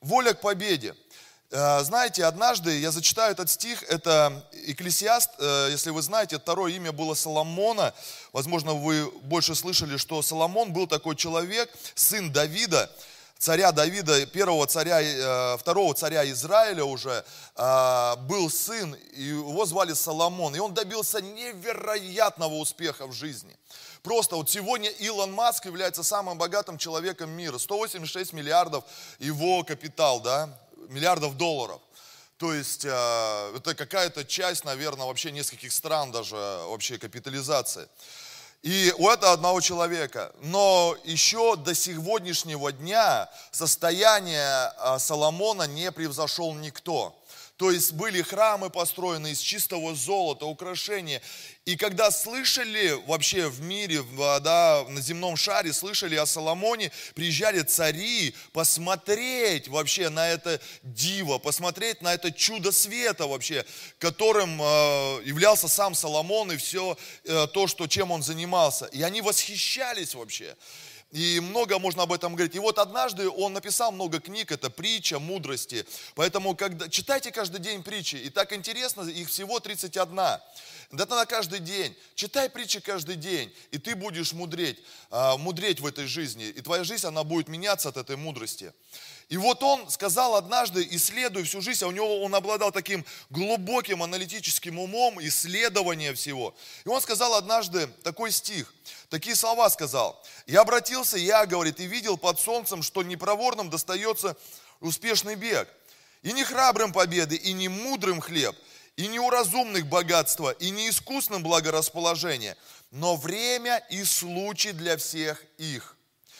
воля к победе. Знаете, однажды я зачитаю этот стих, это Экклесиаст, если вы знаете, второе имя было Соломона. Возможно, вы больше слышали, что Соломон был такой человек, сын Давида, царя Давида, второго царя Израиля уже, был сын, и его звали Соломон. И он добился невероятного успеха в жизни. Просто вот сегодня Илон Маск является самым богатым человеком мира. 186 миллиардов его капитал, да, миллиардов долларов. То есть это какая-то часть, наверное, вообще нескольких стран даже вообще капитализации. И у этого одного человека. Но еще до сегодняшнего дня состояние Соломона не превзошел никто. То есть были храмы построены из чистого золота, украшения. И когда слышали вообще в мире, да, на земном шаре, слышали о Соломоне, приезжали цари посмотреть вообще на это диво, посмотреть на это чудо света вообще, которым являлся сам Соломон и все то, чем он занимался. И они восхищались вообще. И много можно об этом говорить. И вот однажды он написал много книг, это притча мудрости. Поэтому читайте каждый день притчи. И так интересно, их всего 31. Это на каждый день. Читай притчи каждый день, и ты будешь мудреть в этой жизни. И твоя жизнь, она будет меняться от этой мудрости. И вот он сказал однажды, исследуя всю жизнь, а он обладал таким глубоким аналитическим умом, исследования всего. И он сказал однажды такой стих, такие слова сказал. «Я обратился, говорит, и видел под солнцем, что непроворным достается успешный бег, и не храбрым победы, и не мудрым хлеб, и не у разумных богатства, и не искусным благорасположение, но время и случай для всех их».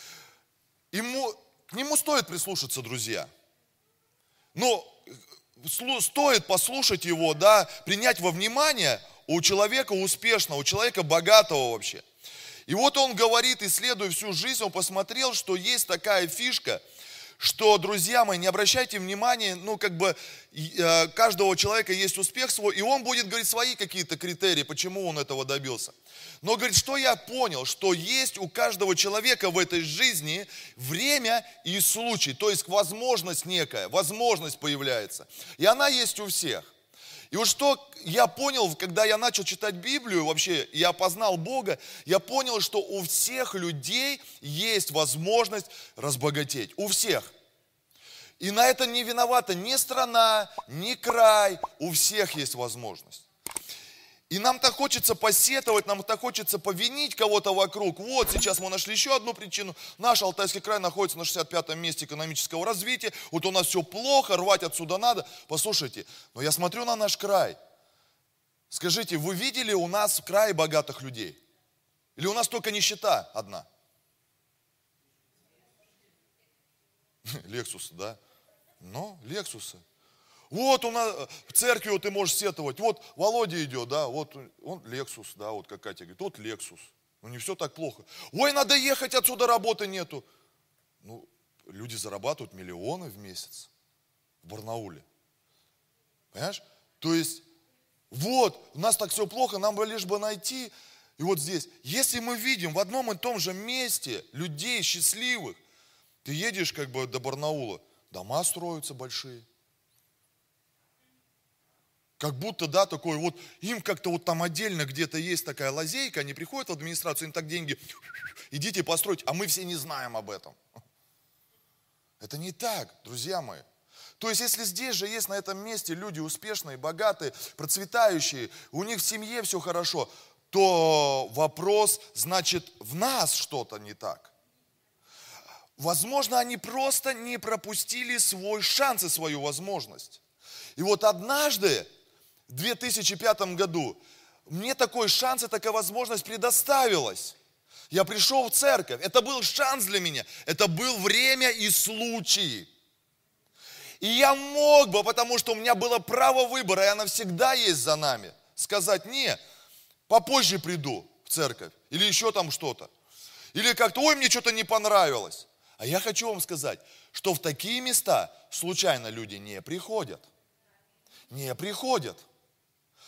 К нему стоит прислушаться, друзья. Но стоит послушать его, да, принять во внимание у человека успешного, у человека богатого вообще. И вот он говорит, исследуя всю жизнь, он посмотрел, что есть такая фишка, что, друзья мои, не обращайте внимания, каждого человека есть успех свой, и он будет говорить свои какие-то критерии, почему он этого добился. Но говорит, что я понял, что есть у каждого человека в этой жизни время и случай, то есть возможность некая, возможность появляется. И она есть у всех. И вот что я понял, когда я начал читать Библию, вообще я познал Бога, я понял, что у всех людей есть возможность разбогатеть. У всех. И на это не виновата ни страна, ни край. У всех есть возможность. И нам так хочется посетовать, нам так хочется повинить кого-то вокруг. Вот сейчас мы нашли еще одну причину. Наш Алтайский край находится на 65-м месте экономического развития. Вот у нас все плохо, рвать отсюда надо. Послушайте, но я смотрю на наш край. Скажите, вы видели у нас в крае богатых людей? Или у нас только нищета одна? Лексусы, да? Ну, Лексусы. Вот у нас в церкви вот ты можешь сетовать. Вот Володя идет, да, вот он Лексус, да, вот как Катя говорит, вот Лексус. Ну не все так плохо. Ой, надо ехать отсюда, работы нету. Ну, люди зарабатывают миллионы в месяц в Барнауле. Понимаешь? То есть, вот, у нас так все плохо, нам бы лишь бы найти. И вот здесь, если мы видим в одном и том же месте людей счастливых, ты едешь до Барнаула, дома строятся большие. Как будто, да, такой вот, им как-то вот там отдельно где-то есть такая лазейка, они приходят в администрацию, им так деньги, идите постройте, а мы все не знаем об этом. Это не так, друзья мои. То есть, если здесь же есть на этом месте люди успешные, богатые, процветающие, у них в семье все хорошо, то вопрос, значит, в нас что-то не так. Возможно, они просто не пропустили свой шанс и свою возможность. И вот однажды, в 2005 году, мне такой шанс и такая возможность предоставилась. Я пришел в церковь, это был шанс для меня, это был время и случай. И я мог бы, потому что у меня было право выбора, и оно всегда есть за нами, сказать: не, попозже приду в церковь, или еще там что-то. Или как-то, ой, мне что-то не понравилось. А я хочу вам сказать, что в такие места случайно люди не приходят. Не приходят.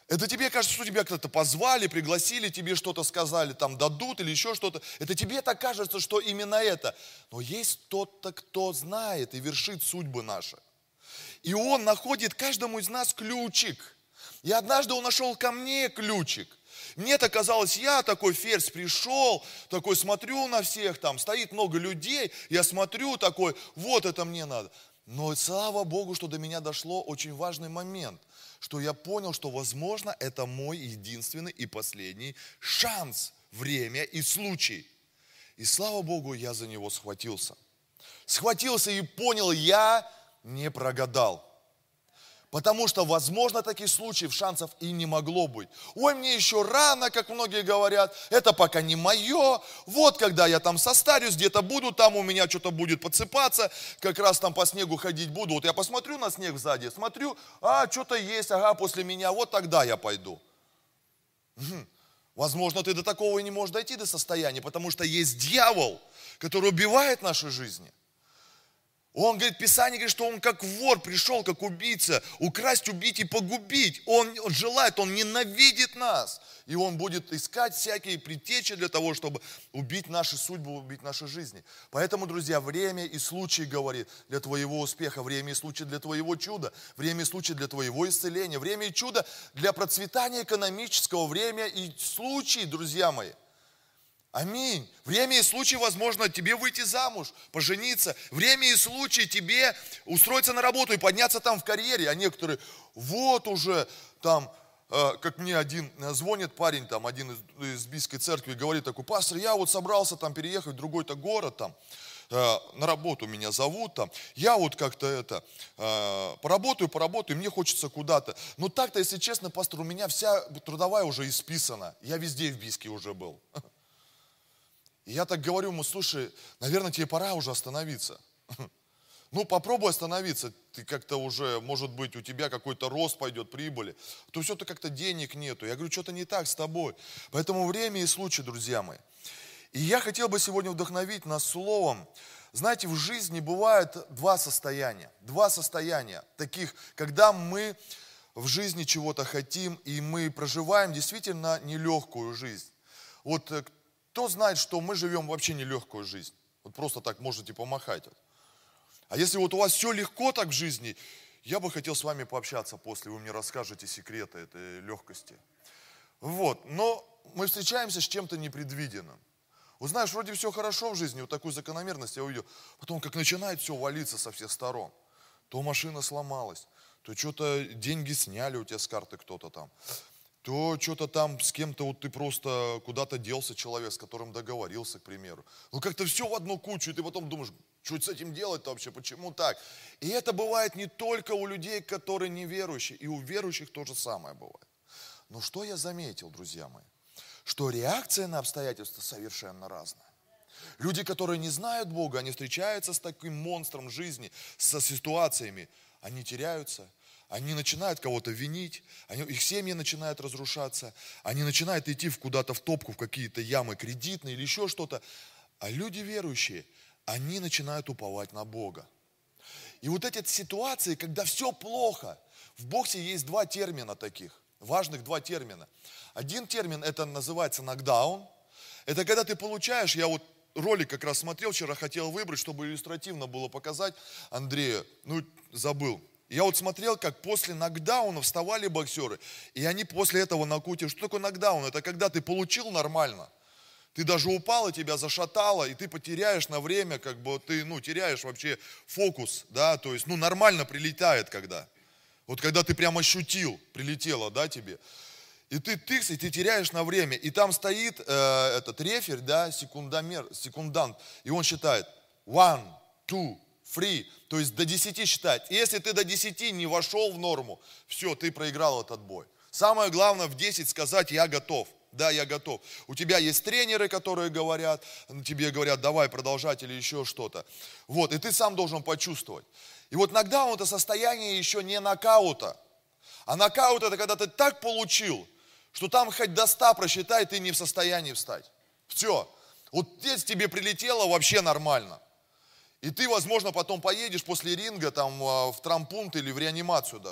Это тебе кажется, что тебя кто-то позвали, пригласили, тебе что-то сказали, там дадут или еще что-то. Это тебе так кажется, что именно это. Но есть тот-то, кто знает и вершит судьбы наши. И он находит каждому из нас ключик. И однажды он нашел ко мне ключик. Мне-то казалось, я такой ферзь пришел, такой смотрю на всех, там стоит много людей, я смотрю такой, вот это мне надо. Но слава Богу, что до меня дошло очень важный момент, что я понял, что, возможно, это мой единственный и последний шанс, время и случай. И слава Богу, я за него схватился. Схватился и понял, я не прогадал. Потому что, возможно, таких случаев, шансов и не могло быть. Ой, мне еще рано, как многие говорят, это пока не мое. Вот когда я там состарюсь, где-то буду, там у меня что-то будет подсыпаться, как раз там по снегу ходить буду. Вот я посмотрю на снег сзади, смотрю, что-то есть, после меня, вот тогда я пойду. Возможно, ты до такого и не можешь дойти до состояния, потому что есть дьявол, который убивает наши жизни. Он говорит, Писание говорит, что он как вор пришел, как убийца, украсть, убить и погубить. Он желает, он ненавидит нас. И он будет искать всякие предтечи для того, чтобы убить наши судьбы, убить наши жизни. Поэтому, друзья, время и случай, говорит, для твоего успеха, время и случай для твоего чуда, время и случай для твоего исцеления, время и чудо для процветания экономического, время и случай, друзья мои. Аминь. Время и случай, возможно, тебе выйти замуж, пожениться. Время и случай тебе устроиться на работу и подняться там в карьере. А некоторые, вот уже там, как мне один звонит парень, там, один из Бийской церкви, говорит такой, пастор, я вот собрался там переехать в другой-то город, там, на работу меня зовут, там, я вот как-то поработаю, и мне хочется куда-то. Но так-то, если честно, пастор, у меня вся трудовая уже исписана. Я везде в Бийске уже был. И я так говорю ему, слушай, наверное, тебе пора уже остановиться. Ну, попробуй остановиться, ты как-то уже, может быть, у тебя какой-то рост пойдет, прибыли. А то все-то как-то денег нету. Я говорю, что-то не так с тобой. Поэтому время и случай, друзья мои. И я хотел бы сегодня вдохновить нас словом. Знаете, в жизни бывает два состояния таких, когда мы в жизни чего-то хотим, и мы проживаем действительно нелегкую жизнь. Вот кто знает, что мы живем вообще нелегкую жизнь? Вот просто так можете помахать. А если вот у вас все легко так в жизни, я бы хотел с вами пообщаться после, вы мне расскажете секреты этой легкости. Вот, но мы встречаемся с чем-то непредвиденным. Вот знаешь, вроде все хорошо в жизни, вот такую закономерность я увидел. Потом как начинает все валиться со всех сторон. То машина сломалась, то что-то деньги сняли у тебя с карты кто-то там. То что-то там с кем-то, вот ты просто куда-то делся человек, с которым договорился, к примеру. Ну как-то все в одну кучу, и ты потом думаешь, что с этим делать-то вообще, почему так? И это бывает не только у людей, которые неверующие, и у верующих то же самое бывает. Но что я заметил, друзья мои? Что реакция на обстоятельства совершенно разная. Люди, которые не знают Бога, они встречаются с таким монстром жизни, со ситуациями, они теряются. Они начинают кого-то винить, их семьи начинают разрушаться, они начинают идти куда-то в топку, в какие-то ямы кредитные или еще что-то. А люди верующие, они начинают уповать на Бога. И вот эти ситуации, когда все плохо, в боксе есть два термина таких, важных два термина. Один термин, это называется нокдаун. Это когда ты получаешь, я вот ролик как раз смотрел вчера, хотел выбрать, чтобы иллюстративно было показать Андрею, забыл. Я вот смотрел, как после нокдауна вставали боксеры, и они после этого нокаутировали. Что такое нокдаун? Это когда ты получил нормально, ты даже упал, и тебя зашатало, и ты потеряешь на время, как бы ты, теряешь вообще фокус, да, то есть, нормально прилетает когда. Вот когда ты прям ощутил, прилетело, да, тебе. И ты тыкс, и ты теряешь на время. И там стоит этот рефер, да, секундант, и он считает 1, 2, 3, то есть до 10 считать. Если ты до 10 не вошел в норму, все, ты проиграл этот бой. Самое главное в 10 сказать «я готов». Да, я готов. У тебя есть тренеры, которые говорят, тебе говорят, давай продолжать или еще что-то. Вот, и ты сам должен почувствовать. И вот нокдаун это состояние еще не нокаута. А нокаут это когда ты так получил, что там хоть до 100 просчитай, ты не в состоянии встать. Все. Вот здесь тебе прилетело вообще нормально. И ты, возможно, потом поедешь после ринга там, в травмпункт или в реанимацию даже.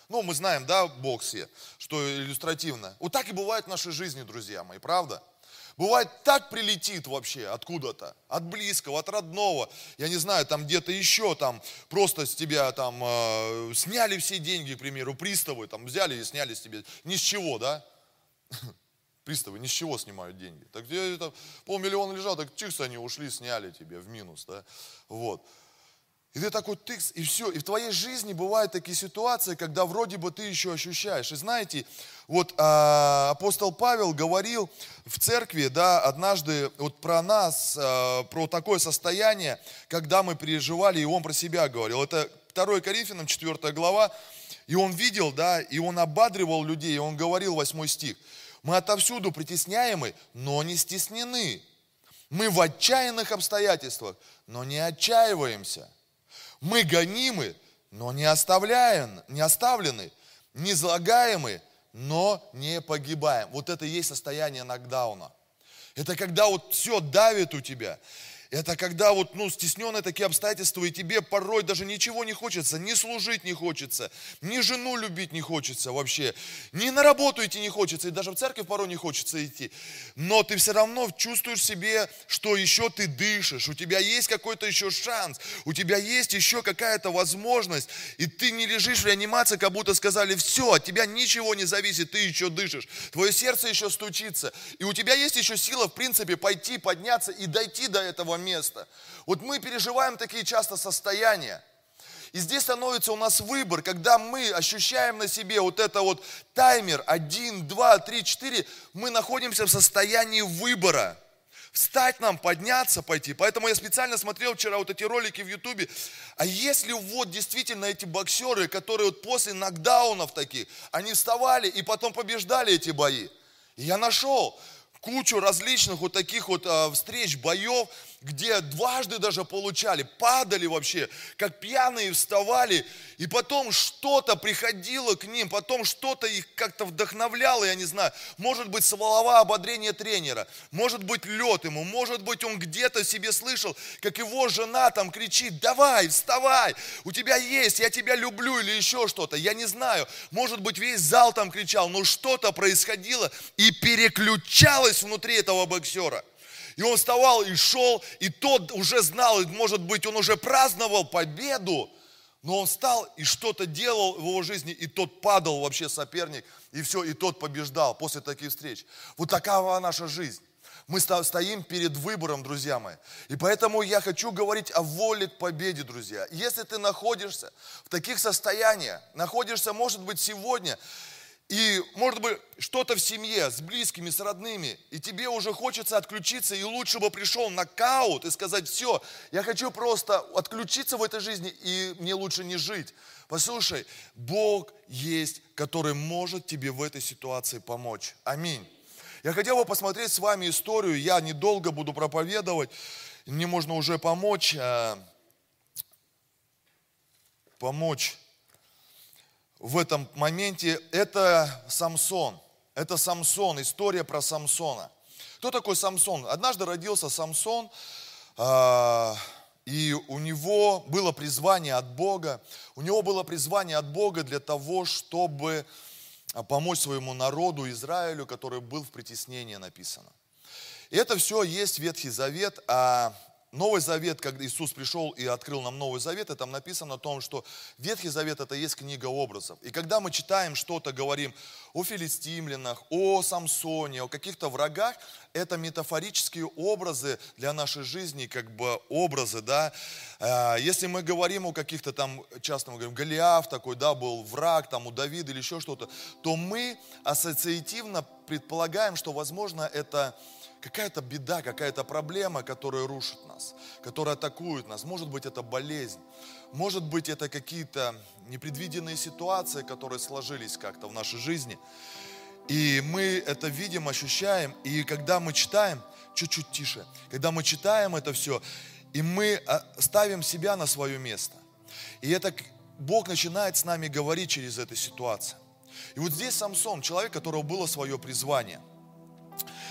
Ну, мы знаем, да, в боксе, что иллюстративно. Вот так и бывает в нашей жизни, друзья мои, правда? Бывает, так прилетит вообще откуда-то, от близкого, от родного, я не знаю, там где-то еще, там просто с тебя там сняли все деньги, к примеру, приставы там взяли и сняли с тебя, ни с чего, да? Приставы ни с чего снимают деньги. Так где там 500 000 лежал, так чикс они ушли, сняли тебе в минус, да? Вот. И ты такой тыкс, и все. И в твоей жизни бывают такие ситуации, когда вроде бы ты еще ощущаешь. И знаете, вот апостол Павел говорил в церкви, да, однажды вот про нас, про такое состояние, когда мы переживали, и он про себя говорил. Это 2 Коринфянам, 4 глава, и он видел, да, и он ободривал людей, и он говорил, 8 стих, мы отовсюду притесняемы, но не стеснены. Мы в отчаянных обстоятельствах, но не отчаиваемся. Мы гонимы, но не оставлены, не излагаемы, но не погибаем. Вот это и есть состояние нокдауна. Это когда вот все давит у тебя. Это когда вот, стесненные такие обстоятельства, и тебе порой даже ничего не хочется, ни служить не хочется, ни жену любить не хочется вообще, ни на работу идти не хочется, и даже в церковь порой не хочется идти. Но ты все равно чувствуешь в себе, что еще ты дышишь, у тебя есть какой-то еще шанс, у тебя есть еще какая-то возможность, и ты не лежишь в реанимации, как будто сказали, все, от тебя ничего не зависит, ты еще дышишь, твое сердце еще стучится, и у тебя есть еще сила, в принципе, пойти, подняться и дойти до этого места. Вот мы переживаем такие часто состояния. И здесь становится у нас выбор, когда мы ощущаем на себе вот это вот таймер 1, 2, 3, 4, мы находимся в состоянии выбора. Встать нам, подняться, пойти. Поэтому я специально смотрел вчера вот эти ролики в Ютубе. А если вот действительно эти боксеры, которые вот после нокдаунов таких, они вставали и потом побеждали эти бои. И я нашел кучу различных вот таких вот встреч, боев, где дважды даже получали, падали вообще, как пьяные вставали, и потом что-то приходило к ним, потом что-то их как-то вдохновляло, я не знаю, может быть, слова ободрения тренера, может быть, лед ему, может быть, он где-то себе слышал, как его жена там кричит, давай, вставай, у тебя есть, я тебя люблю или еще что-то, я не знаю, может быть, весь зал там кричал, но что-то происходило и переключалось внутри этого боксера. И он вставал и шел, и тот уже знал, может быть, он уже праздновал победу, но он встал и что-то делал в его жизни, и тот падал вообще соперник, и все, и тот побеждал после таких встреч. Вот такова наша жизнь. Мы стоим перед выбором, друзья мои. И поэтому я хочу говорить о воле к победе, друзья. Если ты находишься в таких состояниях, находишься, может быть, сегодня, и, может быть, что-то в семье, с близкими, с родными, и тебе уже хочется отключиться, и лучше бы пришел нокаут и сказать, все, я хочу просто отключиться в этой жизни, и мне лучше не жить. Послушай, Бог есть, который может тебе в этой ситуации помочь. Аминь. Я хотел бы посмотреть с вами историю, я недолго буду проповедовать, мне можно уже помочь в этом моменте. Это Самсон, история про Самсона. Кто такой Самсон? Однажды родился Самсон, и у него было призвание от Бога. У него было призвание от Бога для того, чтобы помочь своему народу Израилю, который был в притеснении, написано. И это все есть Ветхий Завет, а Новый Завет, когда Иисус пришел и открыл нам Новый Завет, и там написано о том, что Ветхий Завет это есть книга образов. И когда мы читаем что-то, говорим о филистимлянах, о Самсоне, о каких-то врагах, это метафорические образы для нашей жизни, как бы образы, да. Если мы говорим о каких-то там, часто мы говорим, Голиаф такой, да, был враг, там у Давида или еще что-то, то мы ассоциативно предполагаем, что, возможно, это какая-то беда, какая-то проблема, которая рушит нас, которая атакует нас. Может быть, это болезнь, может быть, это какие-то непредвиденные ситуации, которые сложились как-то в нашей жизни. И мы это видим, ощущаем, и когда мы читаем, чуть-чуть тише, когда мы читаем это все, и мы ставим себя на свое место. И это Бог начинает с нами говорить через эту ситуацию. И вот здесь Самсон, человек, у которого было свое призвание.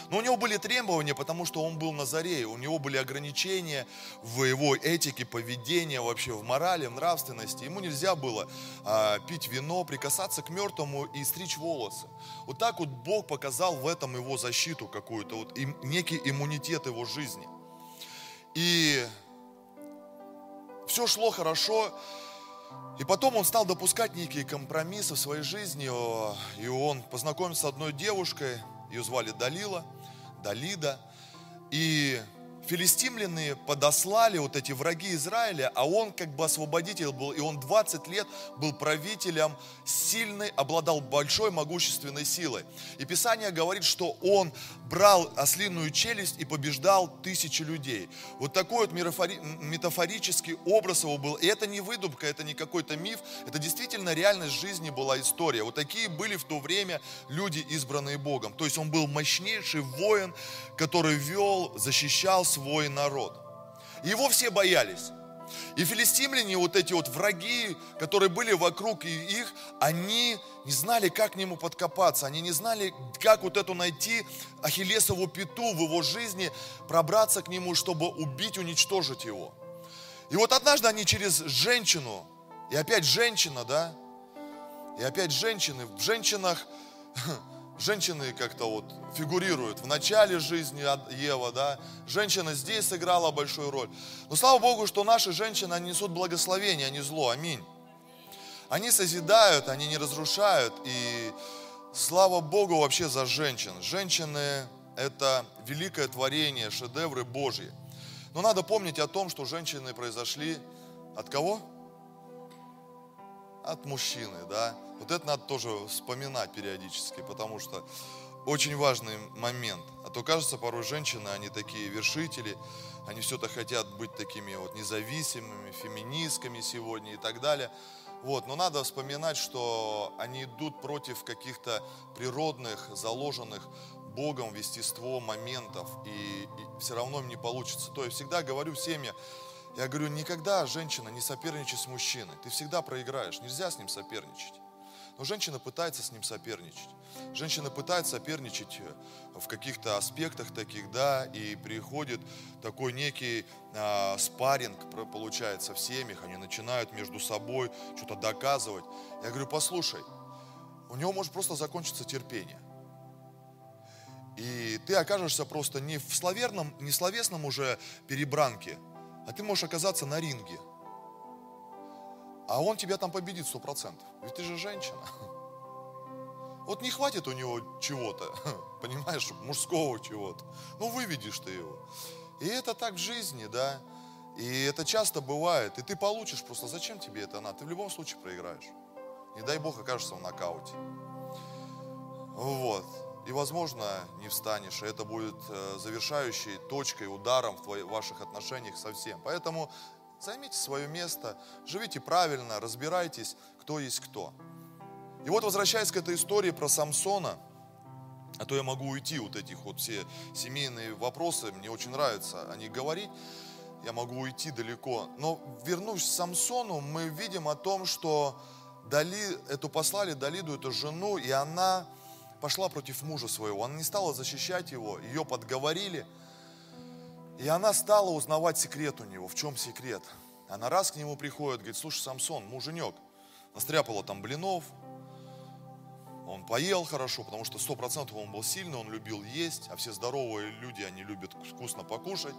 Но у него были требования, потому что он был Назарей, у него были ограничения в его этике, поведении, вообще в морали, в нравственности. Ему нельзя было пить вино, прикасаться к мертвому и стричь волосы. Вот так вот Бог показал в этом его защиту какую-то, вот, некий иммунитет его жизни. И все шло хорошо. И потом он стал допускать некие компромиссы в своей жизни, и он познакомился с одной девушкой, ее звали Далида, и филистимляне подослали вот эти враги Израиля, а он как бы освободитель был, и он 20 лет был правителем, сильный, обладал большой могущественной силой. И Писание говорит, что он брал ослиную челюсть и побеждал 1000 людей. Вот такой вот метафорический образ его был. И это не выдумка, это не какой-то миф, это действительно реальность жизни была, история. Вот такие были в то время люди, избранные Богом. То есть он был мощнейший воин, который вел, защищал свой народ. И его все боялись. И филистимляне, вот эти вот враги, которые были вокруг их, они не знали, как к нему подкопаться, они не знали, как вот эту найти ахиллесову пяту в его жизни, пробраться к нему, чтобы убить, уничтожить его. И вот однажды они через женщину, и опять женщина, да, и опять женщины, в женщинах, женщины как-то вот фигурируют в начале жизни Ева, да, женщина здесь сыграла большую роль. Но слава Богу, что наши женщины, они несут благословение, а не зло, аминь. Они созидают, они не разрушают, и слава Богу вообще за женщин. Женщины – это великое творение, шедевры Божьи. Но надо помнить о том, что женщины произошли от кого? От мужчины, да. Вот это надо тоже вспоминать периодически, потому что очень важный момент. А то кажется, порой женщины, они такие вершители, они все-то хотят быть такими вот независимыми, феминистками сегодня и так далее. Вот. Но надо вспоминать, что они идут против каких-то природных, заложенных Богом в естество моментов, и все равно им не получится. То есть всегда говорю в семье, я говорю, никогда женщина не соперничай с мужчиной, ты всегда проиграешь, нельзя с ним соперничать. Но женщина пытается с ним соперничать. Женщина пытается соперничать в каких-то аспектах таких, да, и приходит такой некий спарринг, получается, в семьях, они начинают между собой что-то доказывать. Я говорю, послушай, у него может просто закончиться терпение. И ты окажешься просто не в словесном уже перебранке, а ты можешь оказаться на ринге. А он тебя там победит 100%. Ведь ты же женщина. Вот не хватит у него чего-то, понимаешь, мужского чего-то. Ну, выведешь ты его. И это так в жизни, да. И это часто бывает. И ты получишь просто, зачем тебе это надо? Ты в любом случае проиграешь. Не дай Бог окажешься в нокауте. Вот. И, возможно, не встанешь. И это будет завершающей точкой, ударом в ваших отношениях со всем. Поэтому займите свое место, живите правильно, разбирайтесь, кто есть кто. И вот, возвращаясь к этой истории про Самсона, а то я могу уйти, вот этих вот все семейные вопросы, мне очень нравится о них говорить, я могу уйти далеко. Но вернусь к Самсону, мы видим о том, что послали Далиду, эту жену, и она пошла против мужа своего, она не стала защищать его, ее подговорили. И она стала узнавать секрет у него. В чем секрет? Она раз к нему приходит, говорит, слушай, Самсон, муженек, настряпала там блинов, он поел хорошо, потому что 100% он был сильный, он любил есть, а все здоровые люди, они любят вкусно покушать.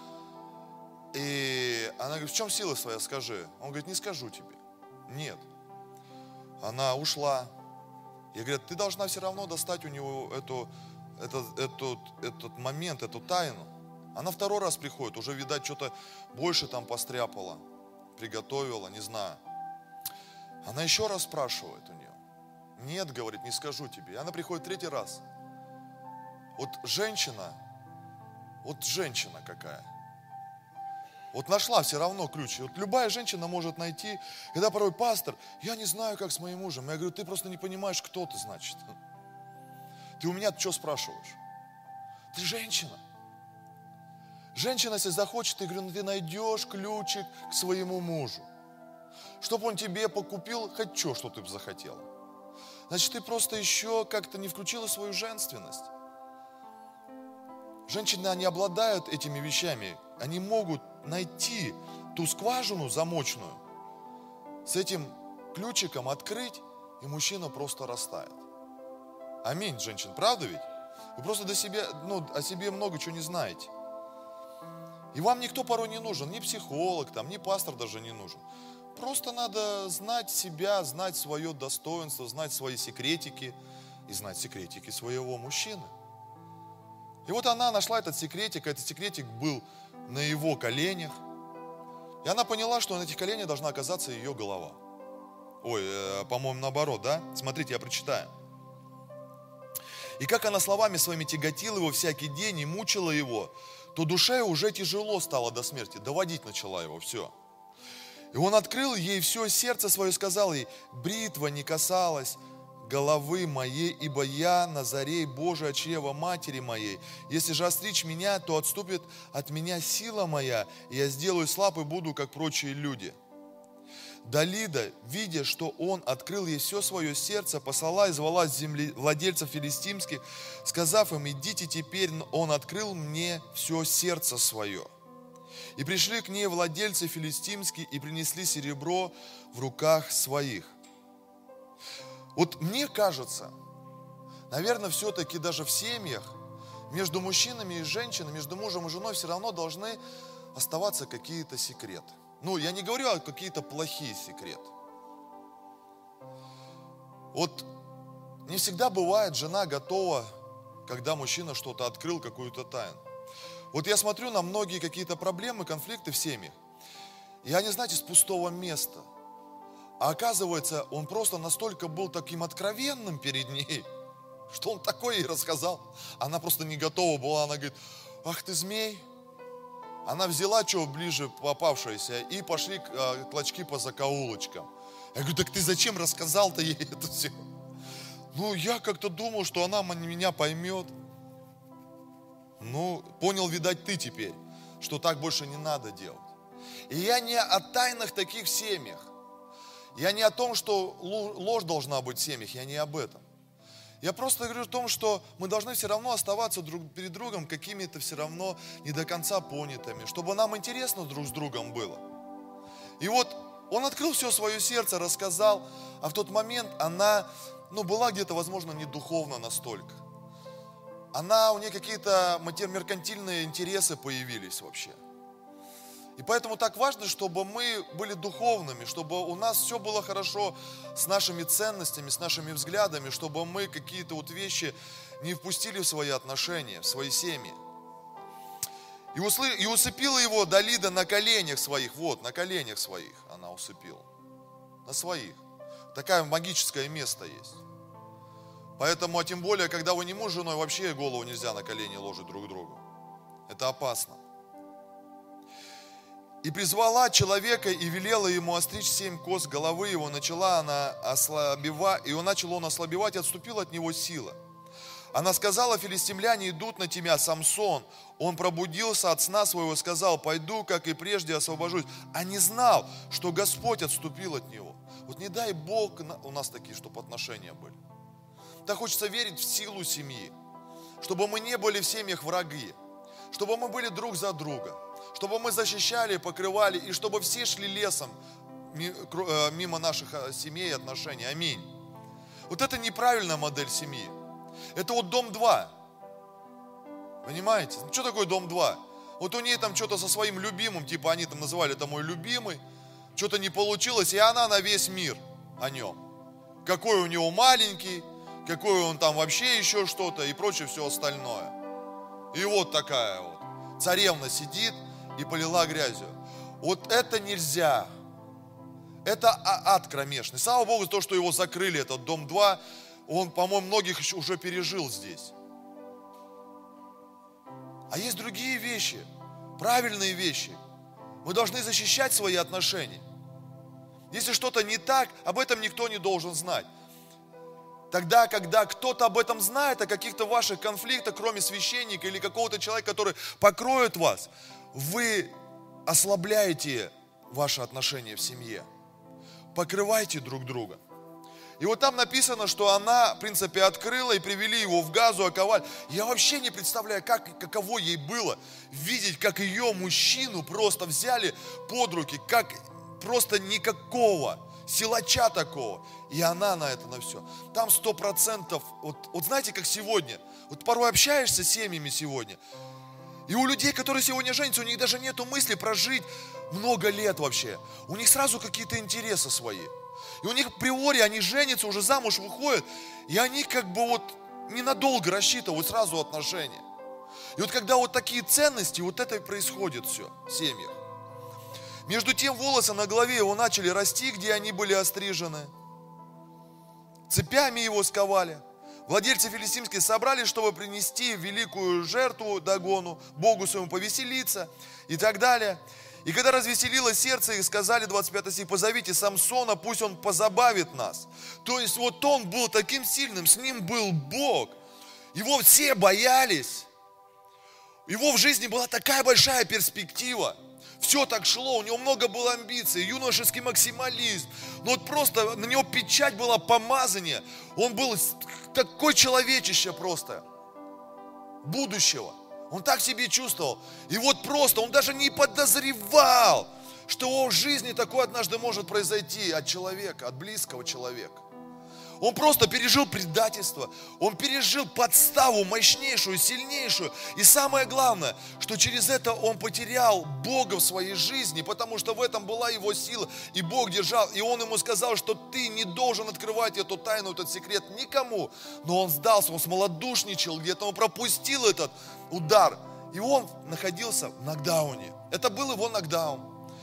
И она говорит, в чем сила своя, скажи. Он говорит, не скажу тебе. Нет. Она ушла. И говорят, ты должна все равно достать у него этот момент, эту тайну. Она второй раз приходит, уже, видать, что-то больше там постряпала, приготовила, не знаю. Она еще раз спрашивает у нее. Нет, говорит, не скажу тебе. И она приходит третий раз. Вот женщина какая. Вот нашла все равно ключ. Вот любая женщина может найти. Когда порой, пастор, я не знаю, как с моим мужем. Я говорю, ты просто не понимаешь, кто ты, значит. Ты у меня что спрашиваешь? Ты женщина. Женщина, если захочет, я говорю, ты найдешь ключик к своему мужу. Чтобы он тебе покупил хоть что ты бы захотела. Значит, ты просто еще как-то не включила свою женственность. Женщины, они обладают этими вещами. Они могут найти ту скважину замочную, с этим ключиком открыть, и мужчина просто растает. Аминь, женщин, правда ведь? Вы просто о себе много чего не знаете. И вам никто порой не нужен, ни психолог, ни пастор даже не нужен. Просто надо знать себя, знать свое достоинство, знать свои секретики и знать секретики своего мужчины. И вот она нашла этот секретик был на его коленях. И она поняла, что на этих коленях должна оказаться ее голова. По-моему, наоборот, да? Смотрите, я прочитаю. И как она словами своими тяготила его всякий день и мучила его, то душе уже тяжело стало до смерти, доводить начала его, все. И он открыл ей все сердце свое, сказал ей: бритва не касалась головы моей, ибо я Назарей Божий от чрева матери моей. Если же остричь меня, то отступит от меня сила моя, и я сделаю слаб и буду, как прочие люди. Далида, видя, что он открыл ей все свое сердце, послала и звала владельцев филистимских, сказав им: идите теперь, он открыл мне все сердце свое. И пришли к ней владельцы филистимские и принесли серебро в руках своих. Вот мне кажется, наверное, все-таки даже в семьях между мужчинами и женщинами, между мужем и женой все равно должны оставаться какие-то секреты. Я не говорю о какие-то плохие секреты. Вот не всегда бывает жена готова, когда мужчина что-то открыл, какую-то тайну. Вот я смотрю на многие какие-то проблемы, конфликты в семьях, и они, знаете, с пустого места. А оказывается, он просто настолько был таким откровенным перед ней, что он такое ей рассказал. Она просто не готова была, она говорит: ах ты змей. Она взяла, что ближе попавшееся, и пошли клочки по закоулочкам. Я говорю: так ты зачем рассказал-то ей это все? Я как-то думал, что она меня поймет. Понял, видать, ты теперь, что так больше не надо делать. И я не о тайнах таких семьях. Я не о том, что ложь должна быть в семьях, я не об этом. Я просто говорю о том, что мы должны все равно оставаться друг перед другом какими-то все равно не до конца понятыми, чтобы нам интересно друг с другом было. И вот он открыл все свое сердце, рассказал, а в тот момент она, была где-то, возможно, не духовна настолько. У нее какие-то меркантильные интересы появились вообще. И поэтому так важно, чтобы мы были духовными, чтобы у нас все было хорошо с нашими ценностями, с нашими взглядами, чтобы мы какие-то вещи не впустили в свои отношения, в свои семьи. И усыпила его Далида на коленях своих, на коленях своих она усыпила, на своих. Такое магическое место есть. Поэтому, а тем более, когда вы не муж с женой, вообще голову нельзя на колени ложить друг другу. Это опасно. И призвала человека и велела ему остричь 7 кос головы его, начала она ослабевать, и начал он ослабевать, и отступила от него сила. Она сказала: филистимляне идут на тебя, Самсон. Он пробудился от сна своего и сказал: пойду, как и прежде, освобожусь. А не знал, что Господь отступил от него. Вот не дай Бог у нас такие, чтобы отношения были. Так хочется верить в силу семьи, чтобы мы не были в семьях враги, чтобы мы были друг за друга, чтобы мы защищали, покрывали, и чтобы все шли лесом мимо наших семей и отношений. Аминь. Вот это неправильная модель семьи. Это дом 2. Понимаете? Что такое дом 2? Вот у нее там что-то со своим любимым, типа они там называли это мой любимый, что-то не получилось, и она на весь мир о нем. Какой у него маленький, какой он там вообще еще что-то и прочее все остальное. И вот такая царевна сидит и полила грязью. Вот это нельзя. Это ад кромешный. Слава Богу, то, что его закрыли, этот дом 2, он, по-моему, многих уже пережил здесь. А есть другие вещи, правильные вещи. Мы должны защищать свои отношения. Если что-то не так, об этом никто не должен знать. Тогда, когда кто-то об этом знает, о каких-то ваших конфликтах, кроме священника или какого-то человека, который покроет вас, вы ослабляете ваши отношения в семье. Покрывайте друг друга. И вот там написано, что она, в принципе, открыла и привели его в Газу, оковали. Я вообще не представляю, каково ей было видеть, как ее мужчину просто взяли под руки, как просто никакого, силача такого. И она на это, на все. Там 100%, вот знаете, как сегодня, вот порой общаешься с семьями сегодня, и у людей, которые сегодня женятся, у них даже нету мысли прожить много лет вообще. У них сразу какие-то интересы свои. И у них априори, они женятся, уже замуж выходят, и они как бы вот ненадолго рассчитывают сразу отношения. И вот когда вот такие ценности, вот это и происходит все в семьях. Между тем волосы на голове его начали расти, где они были острижены. Цепями его сковали. Владельцы филистимские собрались, чтобы принести великую жертву Дагону, Богу своему, повеселиться и так далее. И когда развеселилось сердце их, сказали, 25 стих, позовите Самсона, пусть он позабавит нас. То есть вот он был таким сильным, с ним был Бог. Его все боялись. Его в жизни была такая большая перспектива. Все так шло, у него много было амбиций, юношеский максимализм. Но вот просто на него печать была помазания. Он был такой человечище просто, будущего. Он так себе чувствовал. И вот просто, он даже не подозревал, что в жизни такое однажды может произойти от человека, от близкого человека. Он просто пережил предательство, он пережил подставу мощнейшую, сильнейшую. И самое главное, что через это он потерял Бога в своей жизни, потому что в этом была его сила, и Бог держал. И он ему сказал, что ты не должен открывать эту тайну, этот секрет никому. Но он сдался, он смолодушничал где-то, он пропустил этот удар. И он находился в нокдауне. Это был его нокдаун.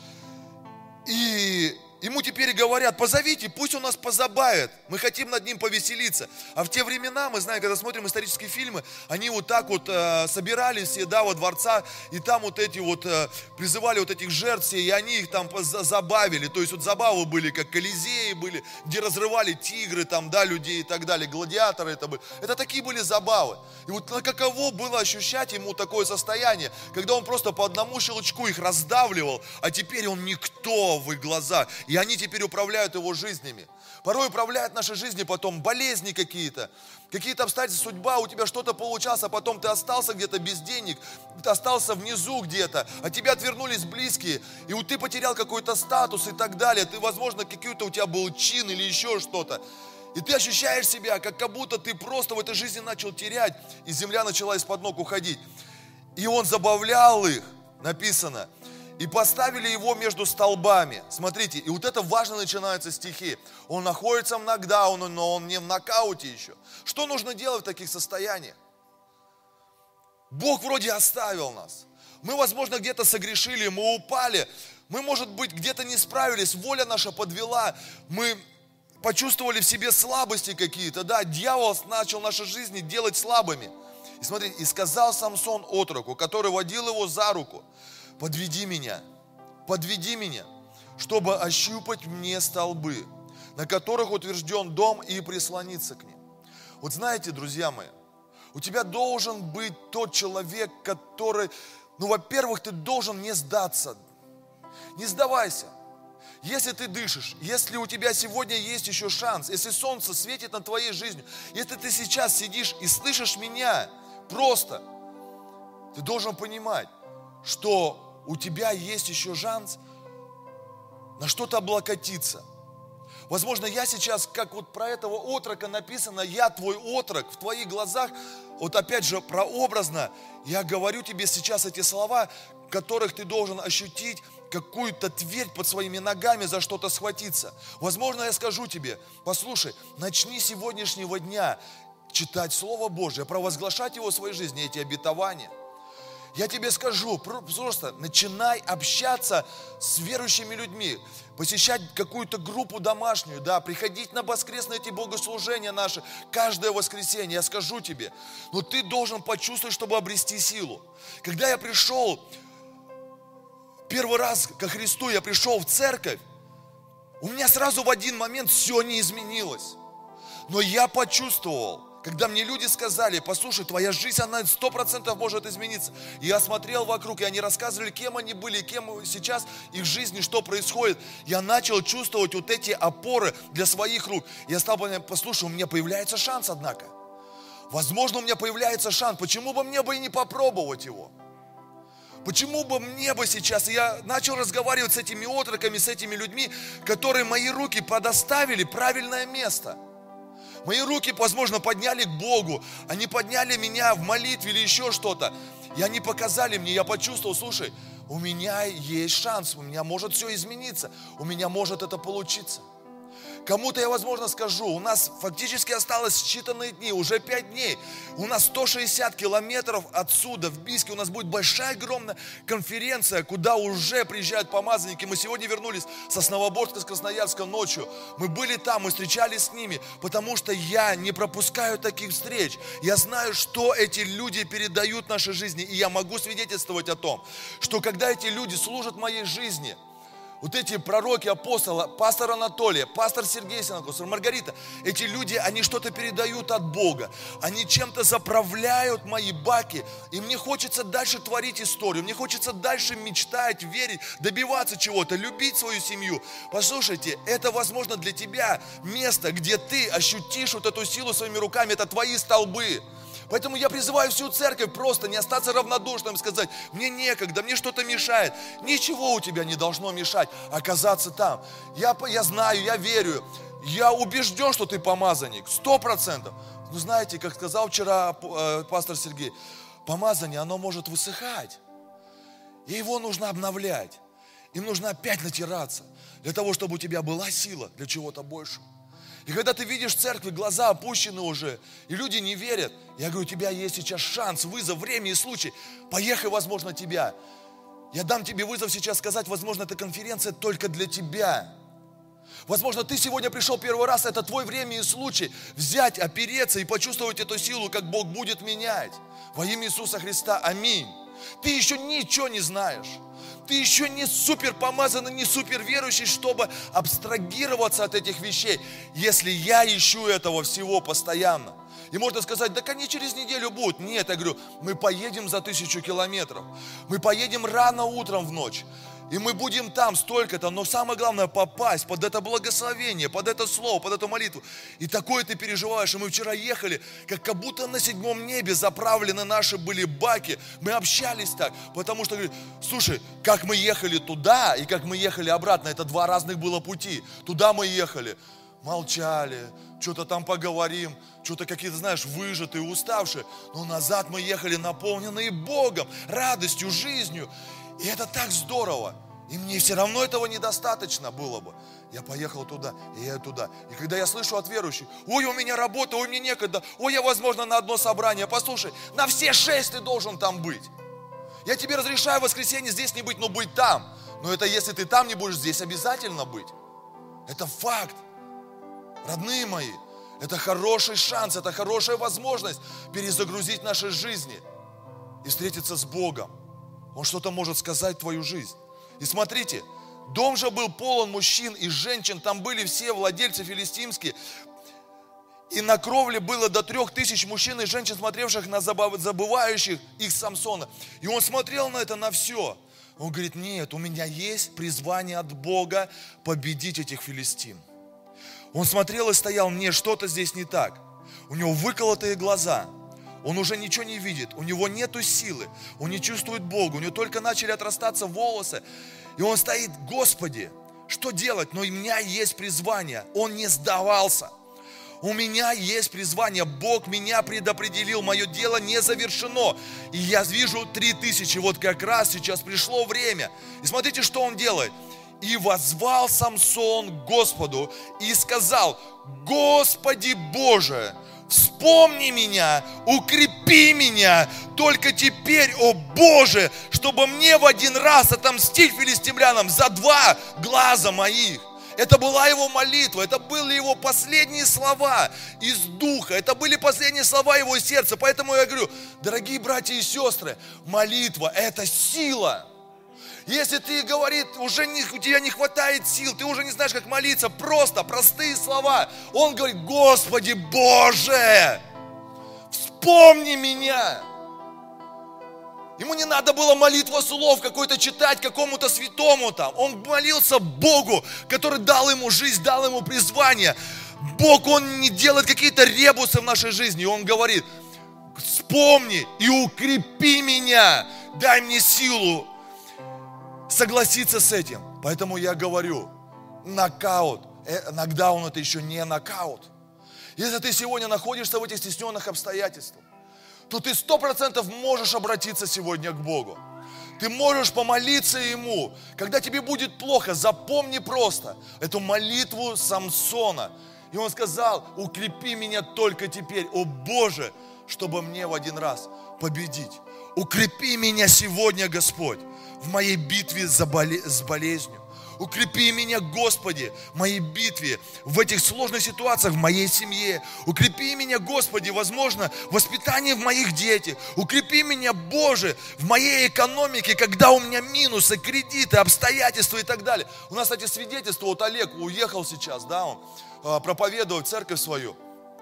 И ему теперь говорят, позовите, пусть он нас позабавит, мы хотим над ним повеселиться. А в те времена, мы знаем, когда смотрим исторические фильмы, они вот так вот собирались все, да, во дворца, и там вот эти вот призывали вот этих жертв все, и они их там забавили. То есть вот забавы были, как Колизеи были, где разрывали тигры там, да, людей и так далее, гладиаторы это были. Это такие были забавы. И вот каково было ощущать ему такое состояние, когда он просто по одному щелчку их раздавливал, а теперь он никто в их глазах. И они теперь управляют его жизнями. Порой управляют нашей жизнью потом болезни какие-то обстоятельства, судьба, у тебя что-то получалось, а потом ты остался где-то без денег, ты остался внизу где-то, от тебя отвернулись близкие, и вот ты потерял какой-то статус и так далее, ты, возможно, какой-то у тебя был чин или еще что-то. И ты ощущаешь себя, как будто ты просто в этой жизни начал терять, и земля начала из-под ног уходить. И он забавлял их, написано, и поставили его между столбами. Смотрите, и вот это важно начинаются стихи. Он находится в нокдауне, но он не в нокауте еще. Что нужно делать в таких состояниях? Бог вроде оставил нас. Мы, возможно, где-то согрешили, мы упали. Мы, может быть, где-то не справились, воля наша подвела. Мы почувствовали в себе слабости какие-то. Да, дьявол начал наши жизни делать слабыми. И смотрите, и сказал Самсон отроку, который водил его за руку, подведи меня, чтобы ощупать мне столбы, на которых утвержден дом, и прислониться к ним. Вот знаете, друзья мои, у тебя должен быть тот человек, который, во-первых, ты должен не сдаться, не сдавайся. Если ты дышишь, если у тебя сегодня есть еще шанс, если солнце светит над твоей жизнью, если ты сейчас сидишь и слышишь меня, просто, ты должен понимать, что у тебя есть еще шанс на что-то облокотиться. Возможно, я сейчас, как вот про этого отрока написано, я твой отрок, в твоих глазах, вот опять же прообразно, я говорю тебе сейчас эти слова, в которых ты должен ощутить какую-то твердь под своими ногами, за что-то схватиться. Возможно, я скажу тебе, послушай, начни с сегодняшнего дня читать Слово Божие, провозглашать его в своей жизни, эти обетования. Я тебе скажу, просто начинай общаться с верующими людьми, посещать какую-то группу домашнюю, да, приходить на воскресные эти богослужения наши, каждое воскресенье, я скажу тебе, но ты должен почувствовать, чтобы обрести силу. Когда я пришел первый раз ко Христу, я пришел в церковь, у меня сразу в один момент все не изменилось. Но я почувствовал, Когда мне люди сказали: послушай, твоя жизнь, она 100% может измениться. И я смотрел вокруг, и они рассказывали, кем они были, кем сейчас их жизни, что происходит. Я начал чувствовать вот эти опоры для своих рук. Я стал понимать: послушай, у меня появляется шанс, однако. Возможно, у меня появляется шанс. Почему бы мне бы и не попробовать его? Почему бы мне бы сейчас... Я начал разговаривать с этими отроками, с этими людьми, которые мои руки предоставили правильное место. Мои руки, возможно, подняли к Богу. Они подняли меня в молитве или еще что-то. И они показали мне, я почувствовал: слушай, у меня есть шанс, у меня может все измениться, у меня может это получиться. Кому-то я, возможно, скажу: у нас фактически осталось считанные дни, уже 5 дней. У нас 160 километров отсюда, в Бийске, у нас будет большая, огромная конференция, куда уже приезжают помазанники. Мы сегодня вернулись с Основоборска, с Красноярска ночью. Мы были там, мы встречались с ними, потому что я не пропускаю таких встреч. Я знаю, что эти люди передают нашей жизни, и я могу свидетельствовать о том, что когда эти люди служат моей жизни, вот эти пророки, апостолы, пастор Анатолий, пастор Сергей Синагос, Маргарита, эти люди, они что-то передают от Бога. Они чем-то заправляют мои баки. И мне хочется дальше творить историю. Мне хочется дальше мечтать, верить, добиваться чего-то, любить свою семью. Послушайте, это, возможно, для тебя место, где ты ощутишь вот эту силу своими руками. Это твои столбы. Поэтому я призываю всю церковь просто не остаться равнодушным, сказать: мне некогда, мне что-то мешает. Ничего у тебя не должно мешать оказаться там. Я знаю, я верю, я убежден, что ты помазанник, 100%. Но знаете, как сказал вчера пастор Сергей, помазание, оно может высыхать. И его нужно обновлять. Им нужно опять натираться, для того, чтобы у тебя была сила для чего-то большего. И когда ты видишь в церкви, глаза опущены уже, и люди не верят, я говорю: у тебя есть сейчас шанс, вызов, время и случай. Поехай, возможно, тебя. Я дам тебе вызов сейчас сказать: возможно, эта конференция только для тебя. Возможно, ты сегодня пришел первый раз, это твой время и случай взять, опереться и почувствовать эту силу, как Бог будет менять. Во имя Иисуса Христа, аминь. Ты еще ничего не знаешь. Ты еще не супер помазанный, не супер верующий, чтобы абстрагироваться от этих вещей, если я ищу этого всего постоянно. И можно сказать: так они через неделю будут. Нет, я говорю, мы поедем за 1000 километров. Мы поедем рано утром в ночь. И мы будем там столько-то, но самое главное попасть под это благословение, под это слово, под эту молитву. И такое ты переживаешь. И мы вчера ехали, как будто на 7 небе заправлены наши были баки. Мы общались так, потому что, слушай, как мы ехали туда и как мы ехали обратно, это 2 разных было пути. Туда мы ехали, молчали, что-то там поговорим, что-то какие-то, знаешь, выжатые, уставшие. Но назад мы ехали наполненные Богом, радостью, жизнью. И это так здорово. И мне все равно этого недостаточно было бы. Я поехал туда, и я туда. И когда я слышу от верующих: ой, у меня работа, ой, мне некогда, ой, я, возможно, на одно собрание. Послушай, на все 6 ты должен там быть. Я тебе разрешаю в воскресенье здесь не быть, но быть там. Но это если ты там не будешь, здесь обязательно быть. Это факт. Родные мои, это хороший шанс, это хорошая возможность перезагрузить наши жизни и встретиться с Богом. Он что-то может сказать в твою жизнь. И смотрите, дом же был полон мужчин и женщин, там были все владельцы филистимские. И на кровле было до 3000 мужчин и женщин, смотревших на забывающих их Самсона. И он смотрел на это, на все. Он говорит: нет, у меня есть призвание от Бога победить этих филистим. Он смотрел и стоял: нет, что-то здесь не так. У него выколотые глаза. Он уже ничего не видит, у него нету силы, он не чувствует Бога, у него только начали отрастаться волосы. И он стоит: Господи, что делать? Но у меня есть призвание. Он не сдавался. У меня есть призвание, Бог меня предопределил, мое дело не завершено. И я вижу 3000, вот как раз сейчас пришло время. И смотрите, что он делает. И воззвал Самсон к Господу и сказал: Господи Боже, вспомни меня, укрепи меня, только теперь, о Боже, чтобы мне в один раз отомстить филистимлянам за 2 глаза моих. Это была его молитва, это были его последние слова из духа, это были последние слова его сердца. Поэтому я говорю: дорогие братья и сестры, молитва – это сила. Если ты, говорит, уже у тебя не хватает сил, ты уже не знаешь, как молиться, просто простые слова. Он говорит: Господи Боже, вспомни меня. Ему не надо было молитву слов какой-то читать какому-то святому там. Он молился Богу, который дал ему жизнь, дал ему призвание. Бог, Он не делает какие-то ребусы в нашей жизни. Он говорит, вспомни и укрепи меня. Дай мне силу согласиться с этим. Поэтому я говорю, нокаут. Нокдаун это еще не нокаут. Если ты сегодня находишься в этих стесненных обстоятельствах, то ты 100% можешь обратиться сегодня к Богу. Ты можешь помолиться Ему. Когда тебе будет плохо, запомни просто эту молитву Самсона. И он сказал, укрепи меня только теперь, о Боже, чтобы мне в один раз победить. Укрепи меня сегодня, Господь, в моей битве с болезнью. Укрепи меня, Господи, в моей битве, в этих сложных ситуациях, в моей семье. Укрепи меня, Господи, возможно, в воспитании в моих детях. Укрепи меня, Боже, в моей экономике, когда у меня минусы, кредиты, обстоятельства и так далее. У нас, кстати, свидетельство, вот Олег уехал сейчас, да, он проповедовал в церковь свою.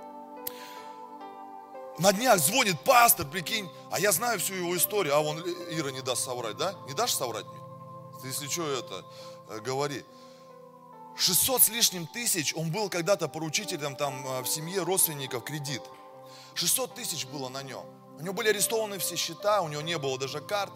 На днях звонит пастор, прикинь, а я знаю всю его историю, а он, Ира, не даст соврать, да? Не дашь соврать мне? Ты, если что, говори. 600 с лишним тысяч, он был когда-то поручителем там в семье родственников, кредит. 600 тысяч было на нем. У него были арестованы все счета, у него не было даже карт.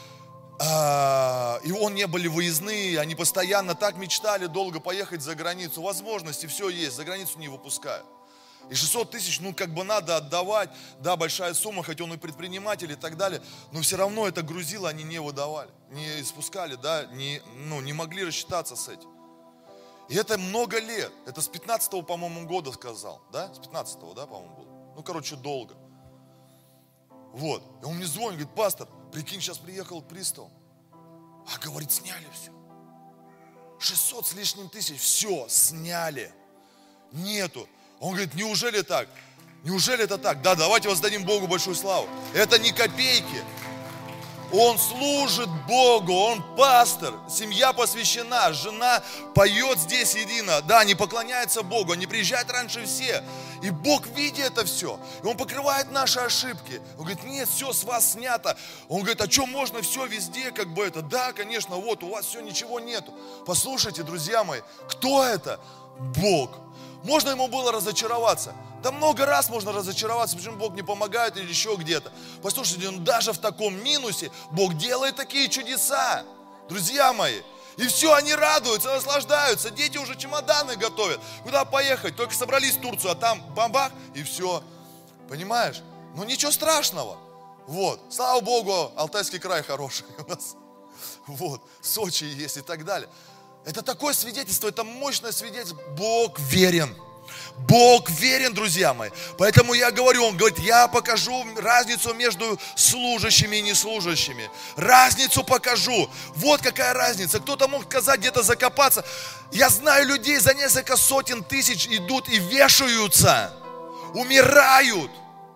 И он не были выездные, они постоянно так мечтали долго поехать за границу. Возможности все есть, за границу не выпускают. И 600 тысяч, как бы надо отдавать, да, большая сумма, хоть он и предприниматель и так далее, но все равно это грузило, они не выдавали, не спускали, да, не могли рассчитаться с этим. И это много лет, это с 15-го, по-моему, года сказал, да, с 15-го, да, по-моему, было, долго. Вот, и он мне звонит, говорит, пастор, прикинь, сейчас приехал пристав, а, говорит, сняли все. 600 с лишним тысяч, все, сняли, нету. Он говорит, неужели так? Неужели это так? Да, давайте воздадим Богу большую славу. Это не копейки. Он служит Богу, он пастор, семья посвящена, жена поет здесь Ирина, да, они поклоняются Богу, они приезжают раньше все. И Бог видит это все, и Он покрывает наши ошибки. Он говорит, нет, все с вас снято. Он говорит, а что можно все везде, Да, конечно, вот у вас все, ничего нету. Послушайте, друзья мои, кто это? Бог. Можно ему было разочароваться. Да много раз можно разочароваться, почему Бог не помогает или еще где-то. Послушайте, даже в таком минусе Бог делает такие чудеса. Друзья мои. И все, они радуются, наслаждаются. Дети уже чемоданы готовят. Куда поехать? Только собрались в Турцию, а там бамбах и все. Понимаешь? Ну ничего страшного. Вот. Слава Богу, Алтайский край хороший у нас. Вот. Сочи есть и так далее. Это такое свидетельство, это мощное свидетельство. Бог верен. Бог верен, друзья мои. Поэтому я говорю, Он говорит, я покажу разницу между служащими и неслужащими. Разницу покажу. Вот какая разница. Кто-то мог сказать, где-то закопаться. Я знаю людей, за несколько сотен тысяч идут и вешаются. Умирают.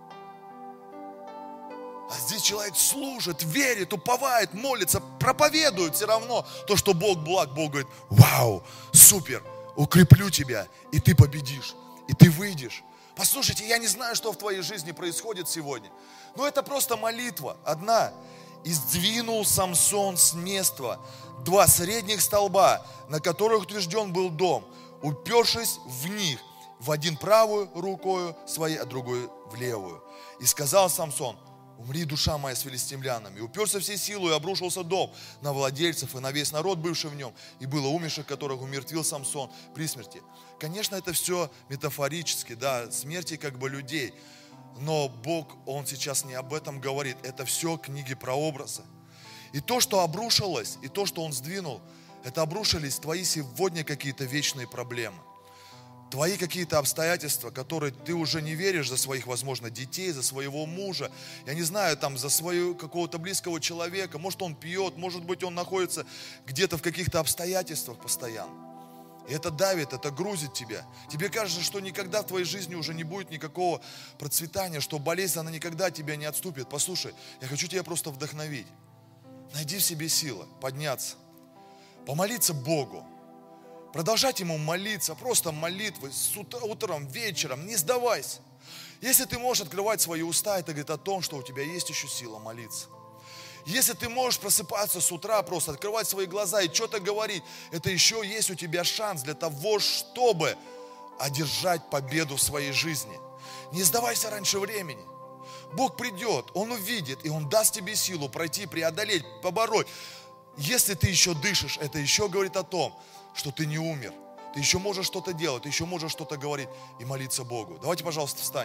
А здесь человек служит, верит, уповает, молится, проповедует все равно то, что Бог благ. Бог говорит, вау, супер, укреплю тебя, и ты победишь, и ты выйдешь. Послушайте, я не знаю, что в твоей жизни происходит сегодня, но это просто молитва одна. И сдвинул Самсон с места 2 средних столба, на которых утвержден был дом, упершись в них, в один правую рукою своей, а другой в левую. И сказал Самсон, умри, душа моя, с филистимлянами. И уперся всей силой, и обрушился дом на владельцев и на весь народ, бывший в нем. И было умерших, которых умертвил Самсон при смерти. Конечно, это все метафорически, да, смерти людей. Но Бог, Он сейчас не об этом говорит. Это все книги прообраза. И то, что обрушилось, и то, что Он сдвинул, это обрушились твои сегодня какие-то вечные проблемы. Твои какие-то обстоятельства, которые ты уже не веришь за своих, возможно, детей, за своего мужа, я не знаю, там, за своего какого-то близкого человека, может, он пьет, может быть, он находится где-то в каких-то обстоятельствах постоянно. И это давит, это грузит тебя. Тебе кажется, что никогда в твоей жизни уже не будет никакого процветания, что болезнь, она никогда тебя не отступит. Послушай, я хочу тебя просто вдохновить. Найди в себе силы подняться, помолиться Богу. Продолжать Ему молиться, просто молитвы, утром, вечером, не сдавайся. Если ты можешь открывать свои уста, это говорит о том, что у тебя есть еще сила молиться. Если ты можешь просыпаться с утра, просто открывать свои глаза и что-то говорить, это еще есть у тебя шанс для того, чтобы одержать победу в своей жизни. Не сдавайся раньше времени. Бог придет, Он увидит, и Он даст тебе силу пройти, преодолеть, побороть. Если ты еще дышишь, это еще говорит о том, что ты не умер. Ты еще можешь что-то делать, ты еще можешь что-то говорить и молиться Богу. Давайте, пожалуйста, встанем.